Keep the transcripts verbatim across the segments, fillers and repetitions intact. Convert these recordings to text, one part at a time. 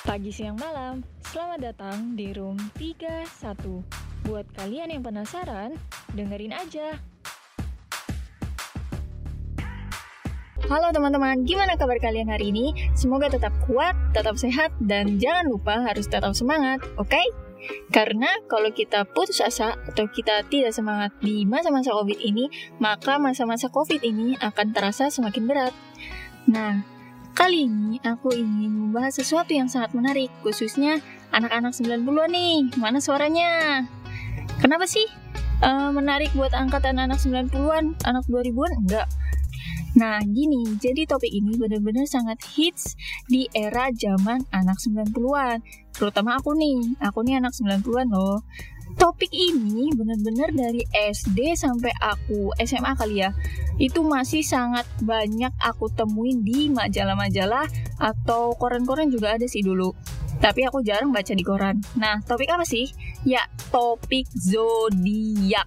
Pagi, siang, malam, selamat datang di room tiga satu. Buat kalian yang penasaran, dengerin aja. Halo teman-teman, gimana kabar kalian hari ini? Semoga tetap kuat, tetap sehat, dan jangan lupa harus tetap semangat, oke? Okay? Karena kalau kita putus asa atau kita tidak semangat di masa-masa COVID ini, maka masa-masa COVID ini akan terasa semakin berat. Nah, kali ini aku ingin membahas sesuatu yang sangat menarik, khususnya anak-anak sembilan puluhan nih. Mana suaranya? Kenapa sih uh, menarik buat angkatan anak sembilan puluhan, anak dua ribuan? Enggak. Nah, gini, jadi topik ini benar-benar sangat hits di era zaman anak sembilan puluhan. Terutama aku nih, aku nih anak sembilan puluhan loh. Topik ini benar-benar dari S D sampai aku S M A kali ya. Itu masih sangat banyak aku temuin di majalah-majalah atau koran-koran juga ada sih dulu. Tapi aku jarang baca di koran. Nah, topik apa sih? Ya, topik zodiak.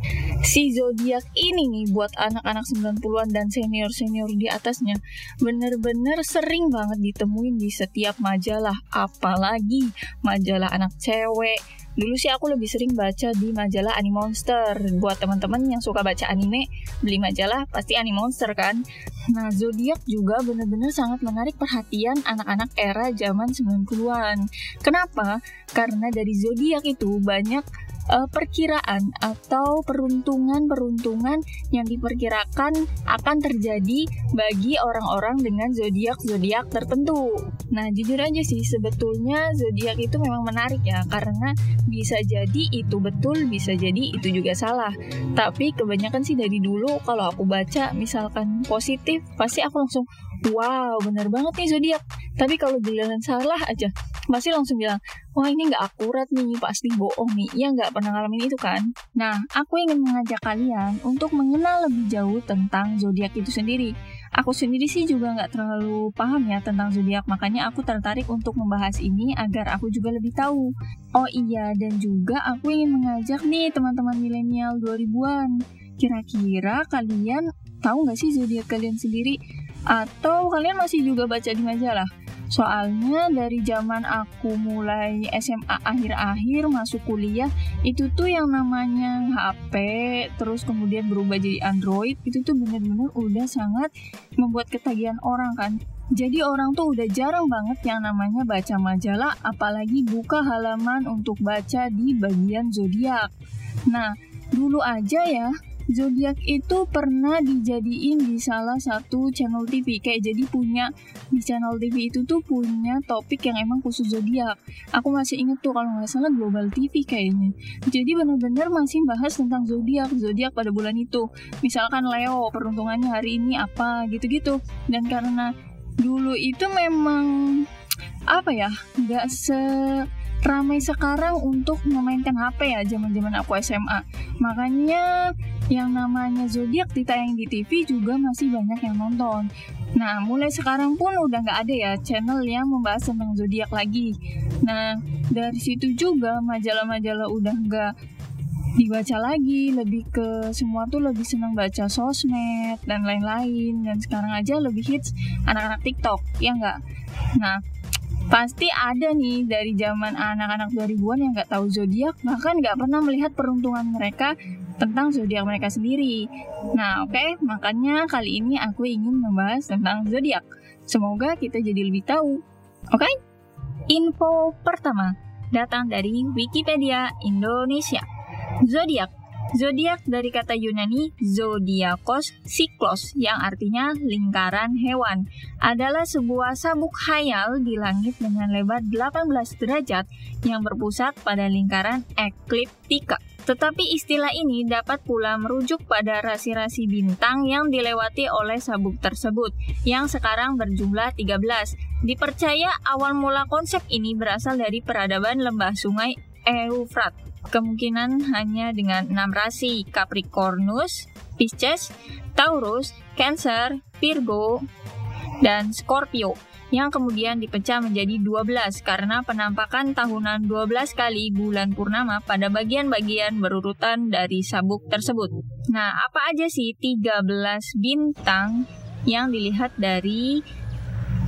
Si zodiak ini nih buat anak-anak sembilan puluhan dan senior-senior di atasnya bener-bener sering banget ditemuin di setiap majalah, apalagi majalah anak cewek. Dulu sih aku lebih sering baca di majalah Animonster. Buat teman-teman yang suka baca anime, beli majalah pasti Animonster kan. Nah, zodiak juga bener-bener sangat menarik perhatian anak-anak era zaman sembilan puluhan. Kenapa? Karena dari zodiak itu banyak Uh, perkiraan atau peruntungan-peruntungan yang diperkirakan akan terjadi bagi orang-orang dengan zodiak-zodiak tertentu. Nah, jujur aja sih sebetulnya zodiak itu memang menarik ya, karena bisa jadi itu betul, bisa jadi itu juga salah. Tapi kebanyakan sih dari dulu kalau aku baca misalkan positif, pasti aku langsung wow, benar banget nih zodiak. Tapi kalau giliran salah aja, pasti langsung bilang, wah ini nggak akurat nih, pasti bohong nih. Iya nggak pernah ngalamin itu kan? Nah, aku ingin mengajak kalian untuk mengenal lebih jauh tentang zodiak itu sendiri. Aku sendiri sih juga nggak terlalu paham ya tentang zodiak, makanya aku tertarik untuk membahas ini agar aku juga lebih tahu. Oh iya, dan juga aku ingin mengajak nih teman-teman milenial dua ribuan. Kira-kira kalian tahu nggak sih zodiak kalian sendiri? Atau kalian masih juga baca di majalah? Soalnya dari zaman aku mulai S M A akhir-akhir masuk kuliah, itu tuh yang namanya H P, terus kemudian berubah jadi Android, itu tuh benar-benar udah sangat membuat ketagihan orang kan. Jadi orang tuh udah jarang banget yang namanya baca majalah, apalagi buka halaman untuk baca di bagian zodiak. Nah, dulu aja ya, zodiak itu pernah dijadiin di salah satu channel T V, kayak jadi punya di channel T V itu tuh punya topik yang emang khusus zodiak. Aku masih inget tuh kalau nggak salah Global T V kayaknya. Jadi benar-benar masih bahas tentang zodiak, zodiak pada bulan itu. Misalkan Leo, peruntungannya hari ini apa gitu-gitu. Dan karena dulu itu memang apa ya, nggak se ramai sekarang untuk memainkan H P ya zaman-zaman aku S M A. Makanya yang namanya zodiak ditayang di T V juga masih banyak yang nonton. Nah, mulai sekarang pun udah nggak ada ya channel yang membahas tentang zodiak lagi. Nah, dari situ juga majalah-majalah udah nggak dibaca lagi, lebih ke semua tuh lebih senang baca sosmed dan lain-lain. Dan sekarang aja lebih hits anak-anak TikTok, ya nggak? Nah, pasti ada nih dari zaman anak-anak dua ribuan yang gak tahu zodiak, bahkan gak pernah melihat peruntungan mereka tentang zodiak mereka sendiri. Nah, oke, okay, makanya kali ini aku ingin membahas tentang zodiak. Semoga kita jadi lebih tahu. Oke? Okay? Info pertama datang dari Wikipedia Indonesia. Zodiak Zodiak dari kata Yunani zodiakos siklos yang artinya lingkaran hewan, adalah sebuah sabuk khayal di langit dengan lebar delapan belas derajat yang berpusat pada lingkaran ekliptika. Tetapi istilah ini dapat pula merujuk pada rasi-rasi bintang yang dilewati oleh sabuk tersebut, yang sekarang berjumlah tiga belas. Dipercaya awal mula konsep ini berasal dari peradaban lembah sungai Eufrat. Kemungkinan hanya dengan enam rasi, Capricornus, Pisces, Taurus, Cancer, Virgo, dan Scorpio, yang kemudian dipecah menjadi dua belas karena penampakan tahunan dua belas kali bulan purnama pada bagian-bagian berurutan dari sabuk tersebut. Nah, apa aja sih tiga belas bintang yang dilihat dari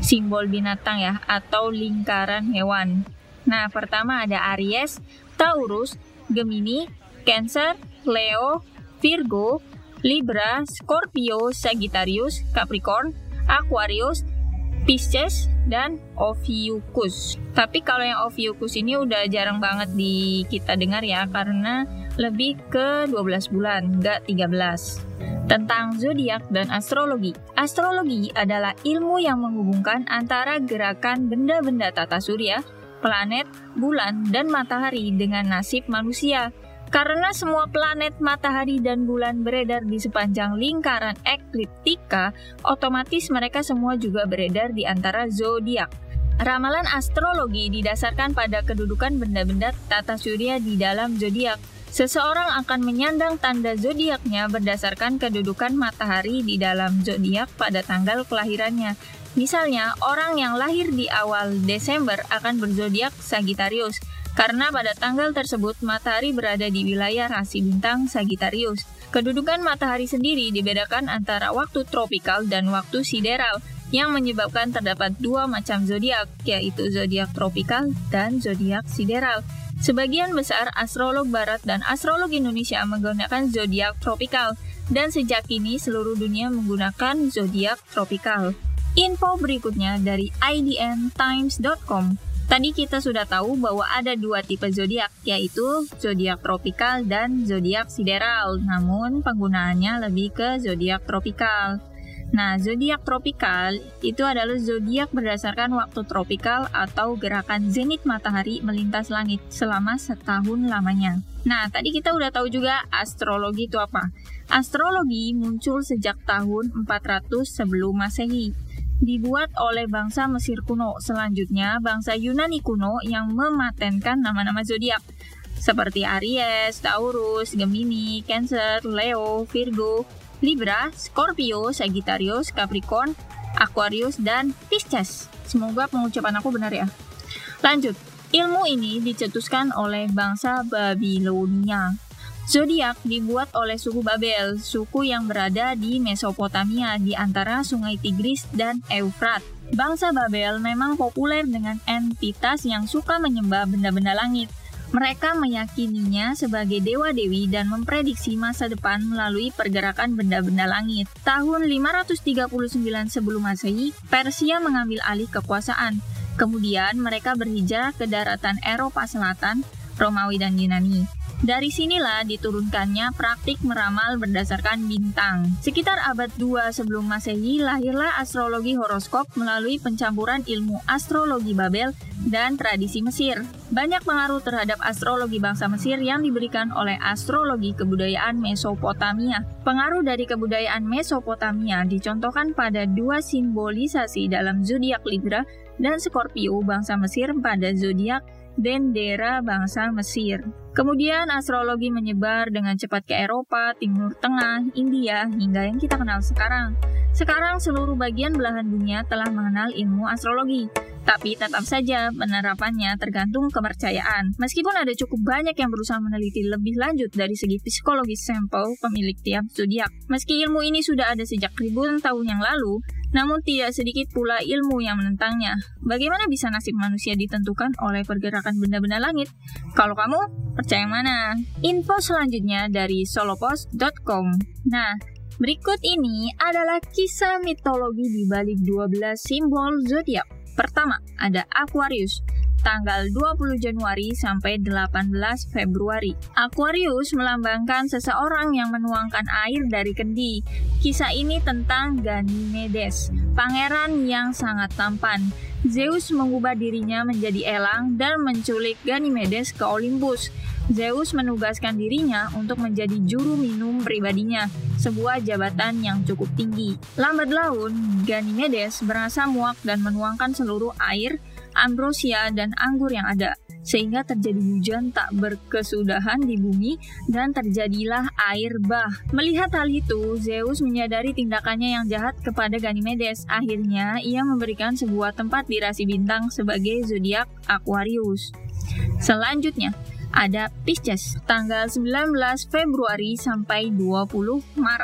simbol binatang ya, atau lingkaran hewan. Nah, pertama ada Aries, Taurus, Gemini, Cancer, Leo, Virgo, Libra, Scorpio, Sagittarius, Capricorn, Aquarius, Pisces, dan Ophiuchus. Tapi kalau yang Ophiuchus ini udah jarang banget di kita dengar ya, karena lebih ke dua belas bulan, nggak tiga belas. Tentang zodiak dan astrologi. Astrologi adalah ilmu yang menghubungkan antara gerakan benda-benda tata surya, planet, bulan, dan matahari dengan nasib manusia. Karena semua planet, matahari, dan bulan beredar di sepanjang lingkaran ekliptika, otomatis mereka semua juga beredar di antara zodiak. Ramalan astrologi didasarkan pada kedudukan benda-benda tata surya di dalam zodiak. Seseorang akan menyandang tanda zodiaknya berdasarkan kedudukan matahari di dalam zodiak pada tanggal kelahirannya. Misalnya, orang yang lahir di awal Desember akan berzodiak Sagittarius, karena pada tanggal tersebut matahari berada di wilayah rasi bintang Sagittarius. Kedudukan matahari sendiri dibedakan antara waktu tropikal dan waktu sideral, yang menyebabkan terdapat dua macam zodiak, yaitu zodiak tropikal dan zodiak sideral. Sebagian besar astrolog barat dan astrolog Indonesia menggunakan zodiak tropikal, dan sejak kini seluruh dunia menggunakan zodiak tropikal. Info berikutnya dari i d n times dot com. Tadi kita sudah tahu bahwa ada dua tipe zodiak, yaitu zodiak tropikal dan zodiak sideral. Namun penggunaannya lebih ke zodiak tropikal. Nah, zodiak tropikal itu adalah zodiak berdasarkan waktu tropikal atau gerakan zenit matahari melintas langit selama setahun lamanya. Nah, tadi kita udah tahu juga astrologi itu apa. Astrologi muncul sejak tahun empat ratus sebelum Masehi. Dibuat oleh bangsa Mesir kuno. Selanjutnya, bangsa Yunani kuno yang mematenkan nama-nama zodiak seperti Aries, Taurus, Gemini, Cancer, Leo, Virgo, Libra, Scorpio, Sagittarius, Capricorn, Aquarius, dan Pisces. Semoga pengucapan aku benar ya. Lanjut, ilmu ini dicetuskan oleh bangsa Babilonia. Zodiak dibuat oleh suku Babel, suku yang berada di Mesopotamia di antara sungai Tigris dan Eufrat. Bangsa Babel memang populer dengan entitas yang suka menyembah benda-benda langit. Mereka meyakininya sebagai dewa-dewi dan memprediksi masa depan melalui pergerakan benda-benda langit. Tahun lima ratus tiga puluh sembilan sebelum Masehi, Persia mengambil alih kekuasaan. Kemudian mereka berhijrah ke daratan Eropa Selatan, Romawi dan Yunani. Dari sinilah diturunkannya praktik meramal berdasarkan bintang. Sekitar abad kedua sebelum Masehi, lahirlah astrologi horoskop melalui pencampuran ilmu astrologi Babel dan tradisi Mesir. Banyak pengaruh terhadap astrologi bangsa Mesir yang diberikan oleh astrologi kebudayaan Mesopotamia. Pengaruh dari kebudayaan Mesopotamia dicontohkan pada dua simbolisasi dalam zodiak Libra dan Scorpio bangsa Mesir pada zodiak Dendera bangsa Mesir. Kemudian astrologi menyebar dengan cepat ke Eropa, Timur Tengah, India, hingga yang kita kenal sekarang. Sekarang seluruh bagian belahan dunia telah mengenal ilmu astrologi. Tapi tetap saja penerapannya tergantung kepercayaan. Meskipun ada cukup banyak yang berusaha meneliti lebih lanjut dari segi psikologis sampel pemilik tiap zodiak. Meski ilmu ini sudah ada sejak ribuan tahun yang lalu, namun tidak sedikit pula ilmu yang menentangnya. Bagaimana bisa nasib manusia ditentukan oleh pergerakan benda-benda langit? Kalau kamu, percaya yang mana? Info selanjutnya dari solopost dot com. Nah, berikut ini adalah kisah mitologi di balik dua belas simbol zodiak. Pertama, ada Aquarius, tanggal dua puluh Januari sampai delapan belas Februari. Aquarius melambangkan seseorang yang menuangkan air dari kendi. Kisah ini tentang Ganymedes, pangeran yang sangat tampan. Zeus mengubah dirinya menjadi elang dan menculik Ganymedes ke Olympus. Zeus menugaskan dirinya untuk menjadi juru minum pribadinya, sebuah jabatan yang cukup tinggi. Lambat laun, Ganymedes merasa muak dan menuangkan seluruh air, ambrosia, dan anggur yang ada, sehingga terjadi hujan tak berkesudahan di bumi dan terjadilah air bah. Melihat hal itu, Zeus menyadari tindakannya yang jahat kepada Ganymedes. Akhirnya, ia memberikan sebuah tempat di rasi bintang sebagai zodiak Aquarius. Selanjutnya, ada Pisces, tanggal sembilan belas Februari sampai dua puluh Maret.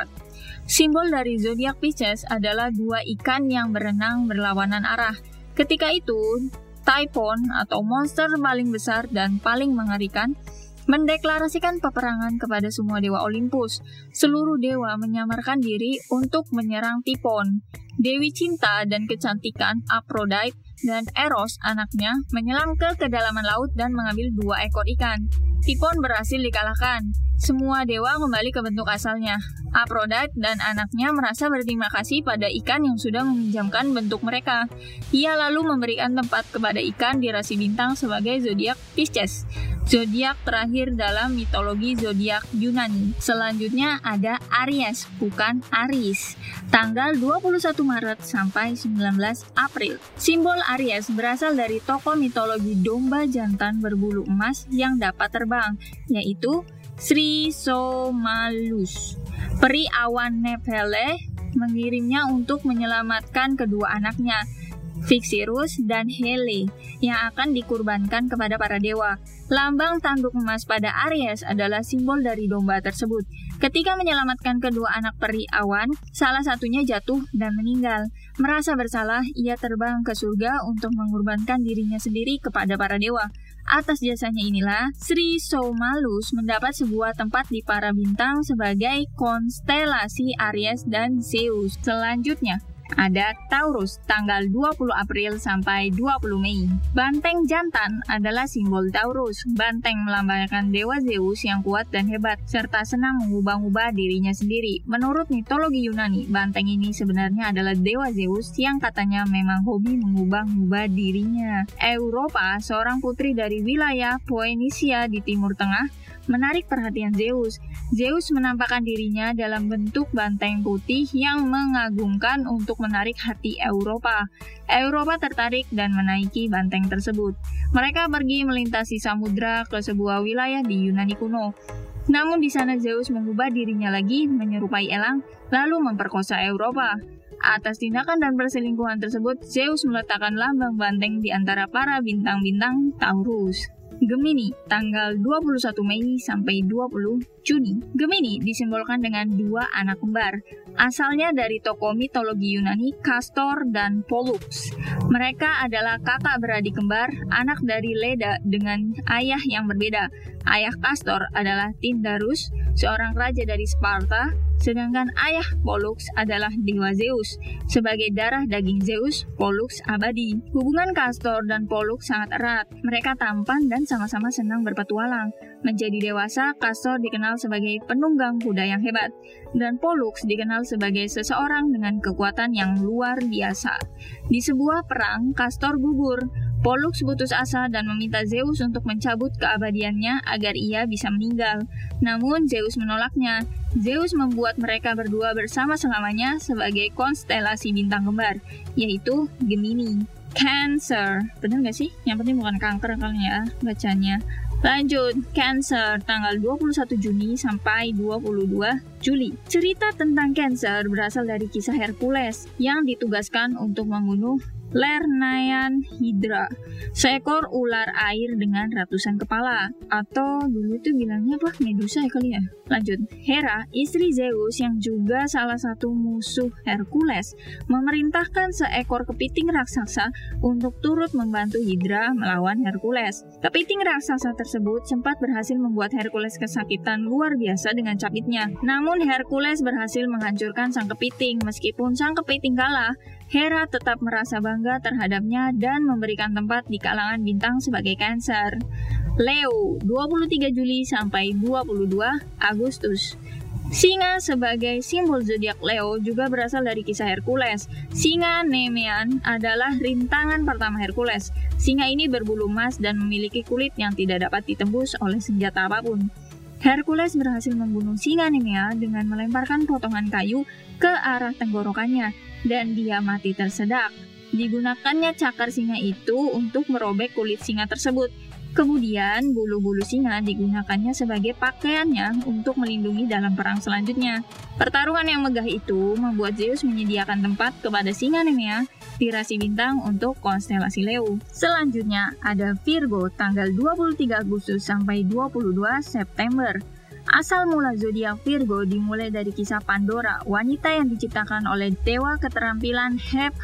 Simbol dari zodiak Pisces adalah dua ikan yang berenang berlawanan arah. Ketika itu, Typhon atau monster paling besar dan paling mengerikan mendeklarasikan peperangan kepada semua dewa Olympus. Seluruh dewa menyamarkan diri untuk menyerang Typhon. Dewi cinta dan kecantikan Aphrodite dan Eros anaknya menyelam ke kedalaman laut dan mengambil dua ekor ikan. Typhon berhasil dikalahkan. Semua dewa kembali ke bentuk asalnya. Aphrodite dan anaknya merasa berterima kasih pada ikan yang sudah meminjamkan bentuk mereka. Ia lalu memberikan tempat kepada ikan di rasi bintang sebagai zodiak Pisces, zodiak terakhir dalam mitologi zodiak Yunani. Selanjutnya ada Aries, bukan Aris, tanggal dua puluh satu Maret sampai sembilan belas April. Simbol Aries berasal dari tokoh mitologi domba jantan berbulu emas yang dapat terbang, yaitu Sri Somalus. Peri awan Nephele mengirimnya untuk menyelamatkan kedua anaknya, Phixirus dan Hele, yang akan dikurbankan kepada para dewa. Lambang tanduk emas pada Aries adalah simbol dari domba tersebut. Ketika menyelamatkan kedua anak peri awan, salah satunya jatuh dan meninggal. Merasa bersalah, ia terbang ke surga untuk mengorbankan dirinya sendiri kepada para dewa. Atas jasanya inilah, Sri Somalus mendapat sebuah tempat di para bintang sebagai konstelasi Aries dan Zeus. Selanjutnya, ada Taurus, tanggal dua puluh April sampai dua puluh Mei. Banteng jantan adalah simbol Taurus. Banteng melambangkan dewa Zeus yang kuat dan hebat, serta senang mengubah-ubah dirinya sendiri. Menurut mitologi Yunani, banteng ini sebenarnya adalah dewa Zeus yang katanya memang hobi mengubah-ubah dirinya. Europa, seorang putri dari wilayah Phoenicia di Timur Tengah, menarik perhatian Zeus. Zeus menampakkan dirinya dalam bentuk banteng putih yang mengagumkan untuk menarik hati Europa. Europa tertarik dan menaiki banteng tersebut. Mereka pergi melintasi samudra ke sebuah wilayah di Yunani kuno. Namun di sana Zeus mengubah dirinya lagi menyerupai elang, lalu memperkosa Europa. Atas tindakan dan perselingkuhan tersebut, Zeus meletakkan lambang banteng di antara para bintang-bintang Taurus. Gemini, tanggal dua puluh satu Mei sampai dua puluh Juni. Gemini disimbolkan dengan dua anak kembar. Asalnya dari tokoh mitologi Yunani Castor dan Pollux. Mereka adalah kakak beradik kembar, anak dari Leda dengan ayah yang berbeda. Ayah Castor adalah Tyndarus, seorang raja dari Sparta, sedangkan ayah Pollux adalah dewa Zeus. Sebagai darah daging Zeus, Pollux abadi. Hubungan Castor dan Pollux sangat erat. Mereka tampan dan sama-sama senang berpetualang. Menjadi dewasa, Castor dikenal sebagai penunggang kuda yang hebat, dan Pollux dikenal sebagai seseorang dengan kekuatan yang luar biasa. Di sebuah perang, Castor gugur. Pollux putus asa dan meminta Zeus untuk mencabut keabadiannya agar ia bisa meninggal. Namun Zeus menolaknya. Zeus membuat mereka berdua bersama selamanya sebagai konstelasi bintang kembar, yaitu Gemini. Cancer, bener gak sih? Yang penting bukan kanker kali ya bacanya. Lanjut, Cancer, tanggal dua puluh satu Juni sampai dua puluh dua Juli. Cerita tentang Cancer berasal dari kisah Hercules yang ditugaskan untuk membunuh Lernaean Hydra, seekor ular air dengan ratusan kepala, atau dulu itu bilangnya apa? Medusa ya kali ya. Lanjut, Hera, istri Zeus yang juga salah satu musuh Hercules, memerintahkan seekor kepiting raksasa untuk turut membantu Hydra melawan Hercules. Kepiting raksasa tersebut sempat berhasil membuat Hercules kesakitan luar biasa dengan capitnya. Namun Hercules berhasil menghancurkan sang kepiting. Meskipun sang kepiting kalah, Hera tetap merasa bangga terhadapnya dan memberikan tempat di kalangan bintang sebagai Cancer. Leo, dua puluh tiga Juli sampai dua puluh dua Agustus. Singa sebagai simbol zodiak Leo juga berasal dari kisah Hercules. Singa Nemean adalah rintangan pertama Hercules. Singa ini berbulu emas dan memiliki kulit yang tidak dapat ditembus oleh senjata apapun. Hercules berhasil membunuh singa Nemea dengan melemparkan potongan kayu ke arah tenggorokannya, dan dia mati tersedak. Digunakannya cakar singa itu untuk merobek kulit singa tersebut. Kemudian, bulu-bulu singa digunakannya sebagai pakaiannya untuk melindungi dalam perang selanjutnya. Pertarungan yang megah itu membuat Zeus menyediakan tempat kepada singa Nemea di rasi bintang untuk konstelasi Leo. Selanjutnya ada Virgo, tanggal dua puluh tiga Agustus sampai dua puluh dua September. Asal mula zodiak Virgo dimulai dari kisah Pandora, wanita yang diciptakan oleh dewa keterampilan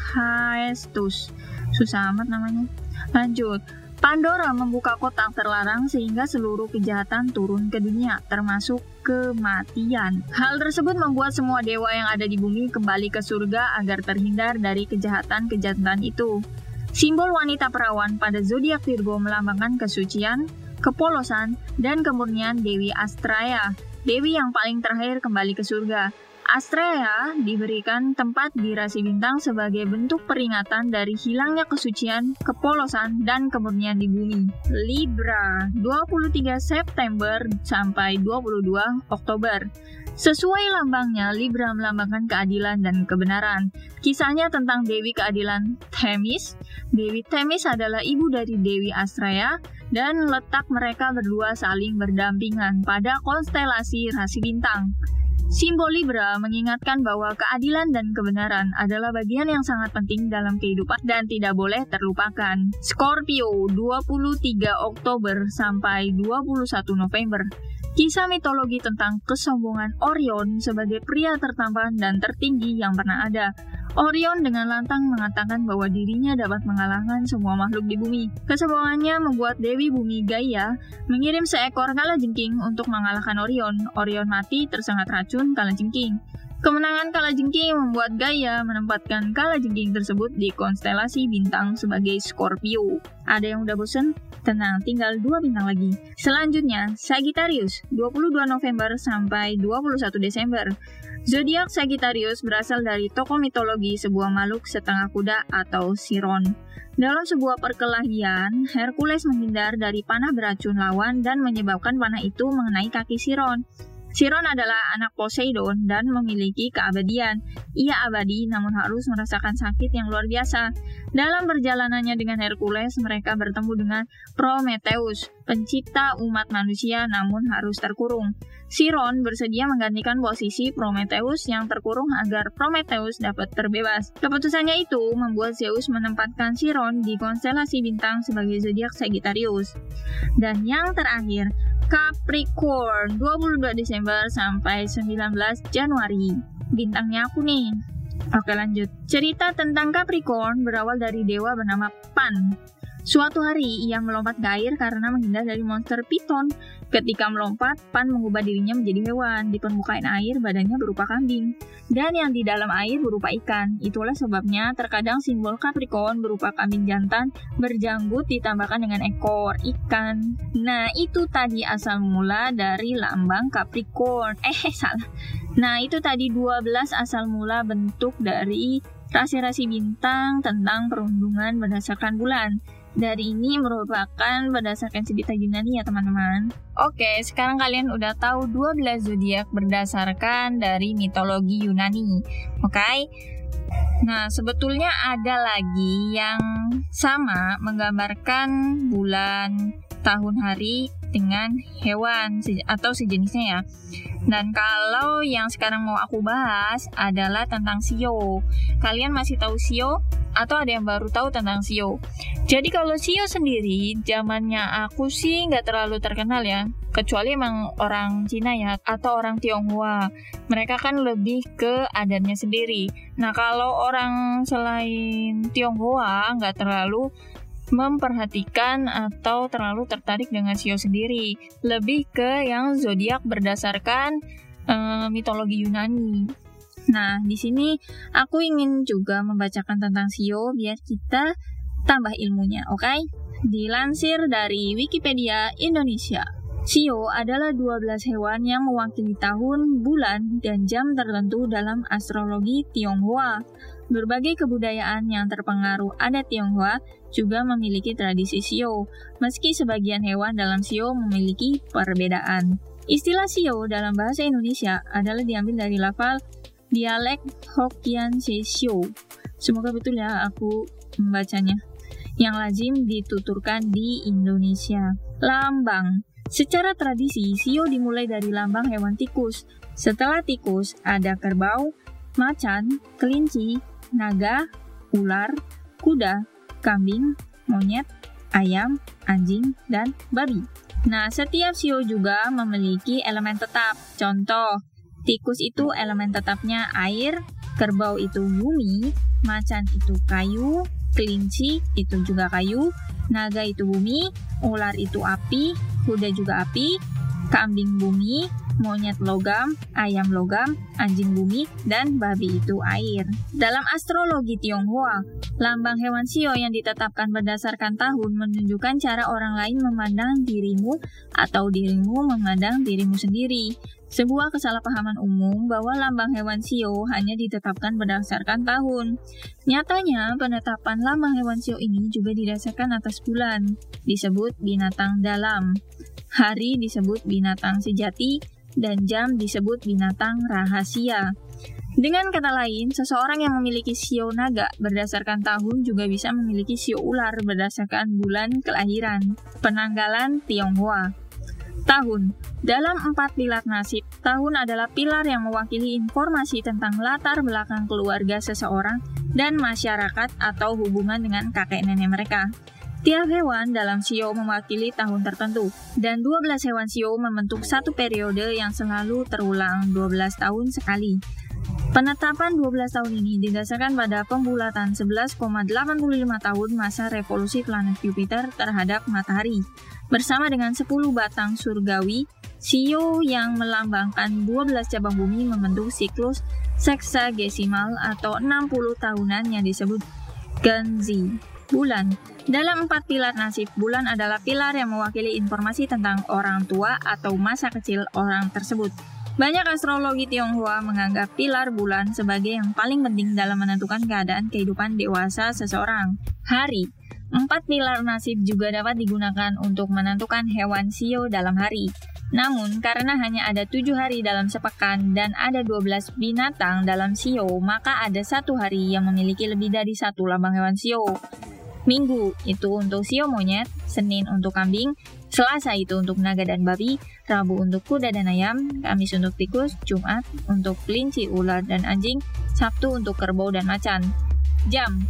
Hephaestus. Susah amat namanya. Lanjut. Pandora membuka kotak terlarang sehingga seluruh kejahatan turun ke dunia, termasuk kematian. Hal tersebut membuat semua dewa yang ada di bumi kembali ke surga agar terhindar dari kejahatan-kejahatan itu. Simbol wanita perawan pada zodiak Virgo melambangkan kesucian, kepolosan, dan kemurnian Dewi Astraya, dewi yang paling terakhir kembali ke surga. Astraya diberikan tempat di rasi bintang sebagai bentuk peringatan dari hilangnya kesucian, kepolosan, dan kemurnian di bumi. Libra, dua puluh tiga September sampai dua puluh dua Oktober. Sesuai lambangnya, Libra melambangkan keadilan dan kebenaran. Kisahnya tentang Dewi Keadilan Themis. Dewi Themis adalah ibu dari Dewi Astraya, dan letak mereka berdua saling berdampingan pada konstelasi rasi bintang. Simbol Libra mengingatkan bahwa keadilan dan kebenaran adalah bagian yang sangat penting dalam kehidupan dan tidak boleh terlupakan. Scorpio, dua puluh tiga Oktober sampai dua puluh satu November. Kisah mitologi tentang kesombongan Orion sebagai pria tertampan dan tertinggi yang pernah ada. Orion dengan lantang mengatakan bahwa dirinya dapat mengalahkan semua makhluk di bumi. Kesombongannya membuat Dewi Bumi Gaia mengirim seekor kalajengking untuk mengalahkan Orion. Orion mati tersengat racun kalajengking. Kemenangan kalajengking membuat Gaia menempatkan kalajengking tersebut di konstelasi bintang sebagai Scorpio. Ada yang udah bosen? Tenang, tinggal dua bintang lagi. Selanjutnya, Sagittarius, dua puluh dua November sampai dua puluh satu Desember. Zodiak Sagittarius berasal dari tokoh mitologi sebuah makhluk setengah kuda atau Chiron. Dalam sebuah perkelahian, Hercules menghindar dari panah beracun lawan dan menyebabkan panah itu mengenai kaki Chiron. Chiron adalah anak Poseidon dan memiliki keabadian. Ia abadi namun harus merasakan sakit yang luar biasa. Dalam perjalanannya dengan Hercules, mereka bertemu dengan Prometheus, pencipta umat manusia namun harus terkurung. Chiron bersedia menggantikan posisi Prometheus yang terkurung agar Prometheus dapat terbebas. Keputusannya itu membuat Zeus menempatkan Chiron di konstelasi bintang sebagai zodiak Sagittarius. Dan yang terakhir, Capricorn, dua puluh dua Desember sampai sembilan belas Januari. Bintangnya aku nih. Oke, lanjut. Cerita tentang Capricorn berawal dari dewa bernama Pan. Suatu hari, ia melompat ke air karena menghindar dari monster Python. Ketika melompat, Pan mengubah dirinya menjadi hewan. Di permukaan air, badannya berupa kambing. Dan yang di dalam air berupa ikan. Itulah sebabnya terkadang simbol Capricorn berupa kambing jantan berjanggut ditambahkan dengan ekor ikan. Nah, itu tadi asal mula dari lambang Capricorn. Eh, salah. Nah, itu tadi dua belas asal mula bentuk dari rasi-rasi bintang tentang perundungan berdasarkan bulan. Dari ini merupakan berdasarkan cerita Yunani ya teman-teman. Oke, sekarang kalian udah tahu dua belas zodiak berdasarkan dari mitologi Yunani. Oke. Nah, sebetulnya ada lagi yang sama menggambarkan bulan, tahun, hari dengan hewan atau sejenisnya ya. Dan kalau yang sekarang mau aku bahas adalah tentang shio. Kalian masih tahu shio? Atau ada yang baru tahu tentang shio? Jadi kalau shio sendiri, zamannya aku sih nggak terlalu terkenal ya. Kecuali emang orang Cina ya, atau orang Tionghoa. Mereka kan lebih ke adatnya sendiri. Nah kalau orang selain Tionghoa nggak terlalu memperhatikan atau terlalu tertarik dengan shio sendiri. Lebih ke yang zodiak berdasarkan uh, mitologi Yunani. Nah, di sini aku ingin juga membacakan tentang shio biar kita tambah ilmunya, oke? Okay? Dilansir dari Wikipedia Indonesia. Shio adalah dua belas hewan yang mewakili tahun, bulan, dan jam tertentu dalam astrologi Tionghoa. Berbagai kebudayaan yang terpengaruh adat Tionghoa juga memiliki tradisi shio, meski sebagian hewan dalam shio memiliki perbedaan. Istilah shio dalam bahasa Indonesia adalah diambil dari lafal dialek Hokkien Shio. Semoga betul ya aku membacanya. Yang lazim dituturkan di Indonesia. Lambang. Secara tradisi, shio dimulai dari lambang hewan tikus. Setelah tikus, ada kerbau, macan, kelinci, naga, ular, kuda, kambing, monyet, ayam, anjing, dan babi. Nah, setiap sio juga memiliki elemen tetap. Contoh, tikus itu elemen tetapnya air, kerbau itu bumi, macan itu kayu, kelinci itu juga kayu, naga itu bumi, ular itu api, kuda juga api, kambing bumi, monyet logam, ayam logam, anjing bumi, dan babi itu air. Dalam astrologi Tionghoa, lambang hewan sio yang ditetapkan berdasarkan tahun menunjukkan cara orang lain memandang dirimu atau dirimu memandang dirimu sendiri. Sebuah kesalahpahaman umum bahwa lambang hewan sio hanya ditetapkan berdasarkan tahun. Nyatanya, penetapan lambang hewan sio ini juga didasarkan atas bulan, disebut binatang dalam. Hari disebut binatang sejati, dan jam disebut binatang rahasia. Dengan kata lain, seseorang yang memiliki sio naga berdasarkan tahun juga bisa memiliki sio ular berdasarkan bulan kelahiran. Penanggalan Tionghoa. Tahun. Dalam empat pilar nasib, tahun adalah pilar yang mewakili informasi tentang latar belakang keluarga seseorang dan masyarakat atau hubungan dengan kakek nenek mereka. Tiap hewan dalam sio mewakili tahun tertentu, dan dua belas hewan sio membentuk satu periode yang selalu terulang dua belas tahun sekali. Penetapan dua belas tahun ini didasarkan pada pembulatan sebelas koma delapan lima tahun masa revolusi planet Jupiter terhadap matahari. Bersama dengan sepuluh batang surgawi, sio yang melambangkan dua belas cabang bumi membentuk siklus seksagesimal atau enam puluh tahunan yang disebut Genzi. Bulan. Dalam empat pilar nasib, bulan adalah pilar yang mewakili informasi tentang orang tua atau masa kecil orang tersebut. Banyak astrologi Tionghoa menganggap pilar bulan sebagai yang paling penting dalam menentukan keadaan kehidupan dewasa seseorang. Hari. Empat pilar nasib juga dapat digunakan untuk menentukan hewan sio dalam hari. Namun, karena hanya ada tujuh hari dalam sepekan dan ada dua belas binatang dalam sio, maka ada satu hari yang memiliki lebih dari satu lambang hewan sio. Minggu itu untuk sio monyet, Senin untuk kambing, Selasa itu untuk naga dan babi, Rabu untuk kuda dan ayam, Kamis untuk tikus, Jumat untuk kelinci, ular dan anjing, Sabtu untuk kerbau dan macan. Jam.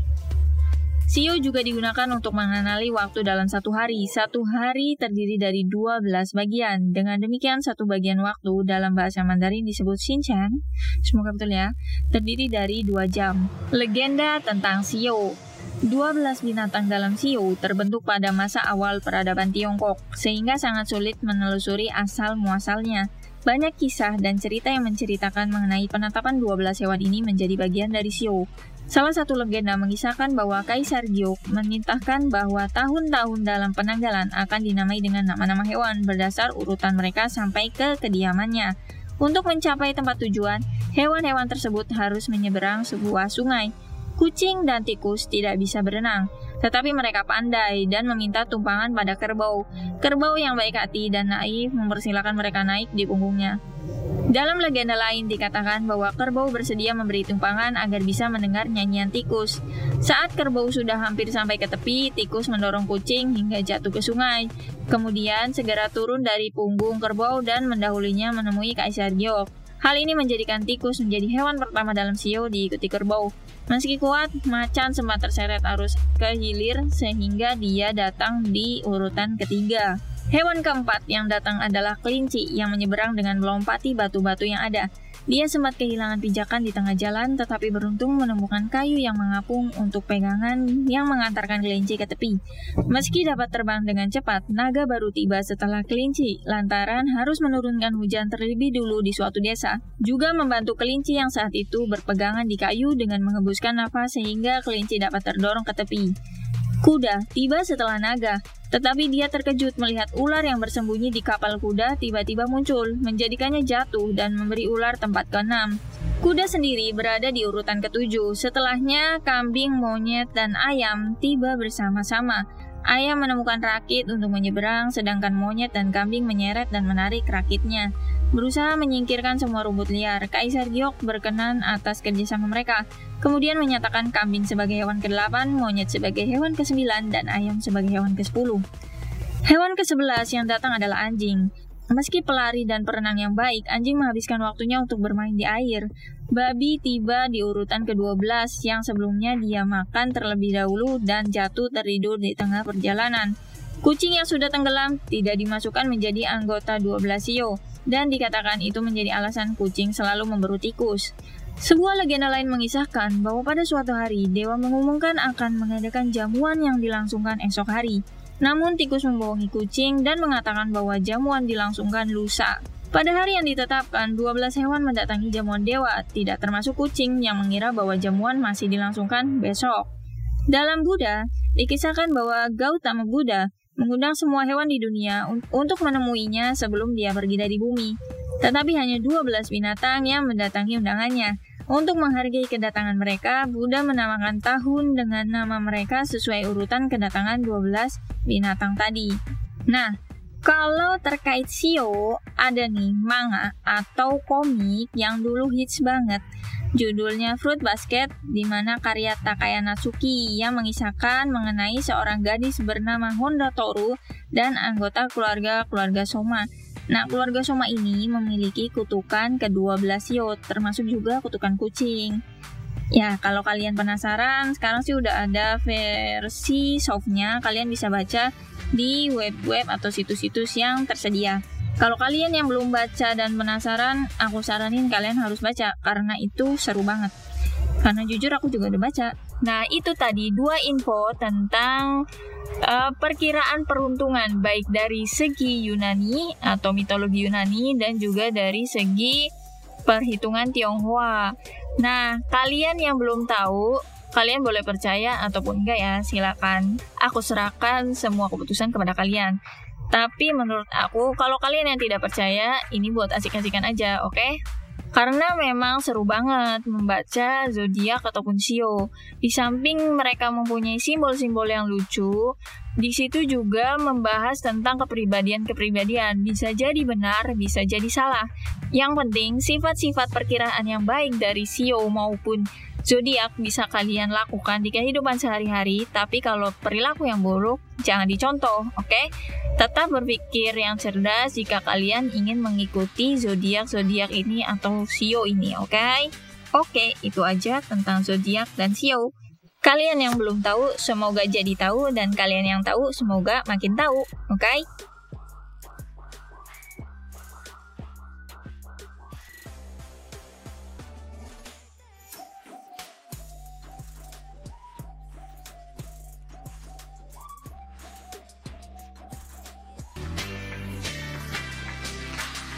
Sio juga digunakan untuk mengenali waktu dalam satu hari. Satu hari terdiri dari dua belas bagian. Dengan demikian, satu bagian waktu dalam bahasa Mandarin disebut Xinqian, semoga betul ya, terdiri dari dua jam. Legenda tentang sio. dua belas binatang dalam sio terbentuk pada masa awal peradaban Tiongkok, sehingga sangat sulit menelusuri asal-muasalnya. Banyak kisah dan cerita yang menceritakan mengenai penetapan dua belas hewan ini menjadi bagian dari sio. Salah satu legenda mengisahkan bahwa Kaisar Giok menitahkan bahwa tahun-tahun dalam penanggalan akan dinamai dengan nama-nama hewan berdasar urutan mereka sampai ke kediamannya. Untuk mencapai tempat tujuan, hewan-hewan tersebut harus menyeberang sebuah sungai. Kucing dan tikus tidak bisa berenang, tetapi mereka pandai dan meminta tumpangan pada kerbau. Kerbau yang baik hati dan naif mempersilahkan mereka naik di punggungnya. Dalam legenda lain dikatakan bahwa kerbau bersedia memberi tumpangan agar bisa mendengar nyanyian tikus. Saat kerbau sudah hampir sampai ke tepi, tikus mendorong kucing hingga jatuh ke sungai. Kemudian segera turun dari punggung kerbau dan mendahulinya menemui Kaisar Giok. Hal ini menjadikan tikus menjadi hewan pertama dalam sio diikuti kerbau. Meski kuat, macan sempat terseret arus ke hilir sehingga dia datang di urutan ketiga. Hewan keempat yang datang adalah kelinci yang menyeberang dengan melompati batu-batu yang ada. Dia sempat kehilangan pijakan di tengah jalan, tetapi beruntung menemukan kayu yang mengapung untuk pegangan yang mengantarkan kelinci ke tepi. Meski dapat terbang dengan cepat, naga baru tiba setelah kelinci, lantaran harus menurunkan hujan terlebih dulu di suatu desa. Juga membantu kelinci yang saat itu berpegangan di kayu dengan menghembuskan nafas sehingga kelinci dapat terdorong ke tepi. Kuda tiba setelah naga, tetapi dia terkejut melihat ular yang bersembunyi di kapal kuda tiba-tiba muncul, menjadikannya jatuh dan memberi ular tempat keenam. Kuda sendiri berada di urutan ketujuh, setelahnya kambing, monyet, dan ayam tiba bersama-sama. Ayam menemukan rakit untuk menyeberang, sedangkan monyet dan kambing menyeret dan menarik rakitnya. Berusaha menyingkirkan semua rumput liar, Kaisar Giok berkenan atas kerjasama mereka. Kemudian menyatakan kambing sebagai hewan kedelapan, monyet sebagai hewan kesembilan, dan ayam sebagai hewan kesepuluh. Hewan kesebelas yang datang adalah anjing. Meski pelari dan perenang yang baik, anjing menghabiskan waktunya untuk bermain di air. Babi tiba di urutan kedua belas yang sebelumnya dia makan terlebih dahulu dan jatuh tertidur di tengah perjalanan. Kucing yang sudah tenggelam tidak dimasukkan menjadi anggota dua belas shio, dan dikatakan itu menjadi alasan kucing selalu memburu tikus. Sebuah legenda lain mengisahkan bahwa pada suatu hari, dewa mengumumkan akan mengadakan jamuan yang dilangsungkan esok hari. Namun tikus membohongi kucing dan mengatakan bahwa jamuan dilangsungkan lusa. Pada hari yang ditetapkan, dua belas hewan mendatangi jamuan dewa, tidak termasuk kucing yang mengira bahwa jamuan masih dilangsungkan besok. Dalam Buddha, dikisahkan bahwa Gautama Buddha mengundang semua hewan di dunia un- untuk menemuinya sebelum dia pergi dari bumi. Tetapi hanya dua belas binatang yang mendatangi undangannya. Untuk menghargai kedatangan mereka, Buddha menamakan tahun dengan nama mereka sesuai urutan kedatangan dua belas binatang tadi. Nah, kalau terkait shio, ada nih manga atau komik yang dulu hits banget. Judulnya Fruit Basket, di mana karya Takaya Natsuki yang mengisahkan mengenai seorang gadis bernama Honda Toru dan anggota keluarga-keluarga Soma. Nah, keluarga Soma ini memiliki kutukan ke dua belas shio, termasuk juga kutukan kucing. Ya, kalau kalian penasaran, sekarang sih udah ada versi softnya, kalian bisa baca di web-web atau situs-situs yang tersedia. Kalau kalian yang belum baca dan penasaran, aku saranin kalian harus baca, karena itu seru banget. Karena jujur aku juga udah baca. Nah, itu tadi dua info tentang uh, perkiraan peruntungan, baik dari segi Yunani atau mitologi Yunani dan juga dari segi perhitungan Tionghoa. Nah, kalian yang belum tahu, kalian boleh percaya ataupun enggak ya, silakan. Aku serahkan semua keputusan kepada kalian. Tapi menurut aku, kalau kalian yang tidak percaya, ini buat asik-asikan aja, oke? Okay? Karena memang seru banget membaca zodiak ataupun shio. Di samping mereka mempunyai simbol-simbol yang lucu, di situ juga membahas tentang kepribadian-kepribadian. Bisa jadi benar, bisa jadi salah. Yang penting, sifat-sifat perkiraan yang baik dari shio maupun zodiak bisa kalian lakukan di kehidupan sehari-hari, tapi kalau perilaku yang buruk, jangan dicontoh, oke? Okay? Tetap berpikir yang cerdas jika kalian ingin mengikuti zodiak-zodiak ini atau shio ini, oke? Okay? Oke, okay, itu aja tentang zodiak dan shio. Kalian yang belum tahu, semoga jadi tahu, dan kalian yang tahu, semoga makin tahu, oke? Okay?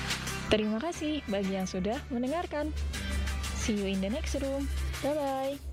Terima kasih bagi yang sudah mendengarkan. See you in the next room. Bye-bye.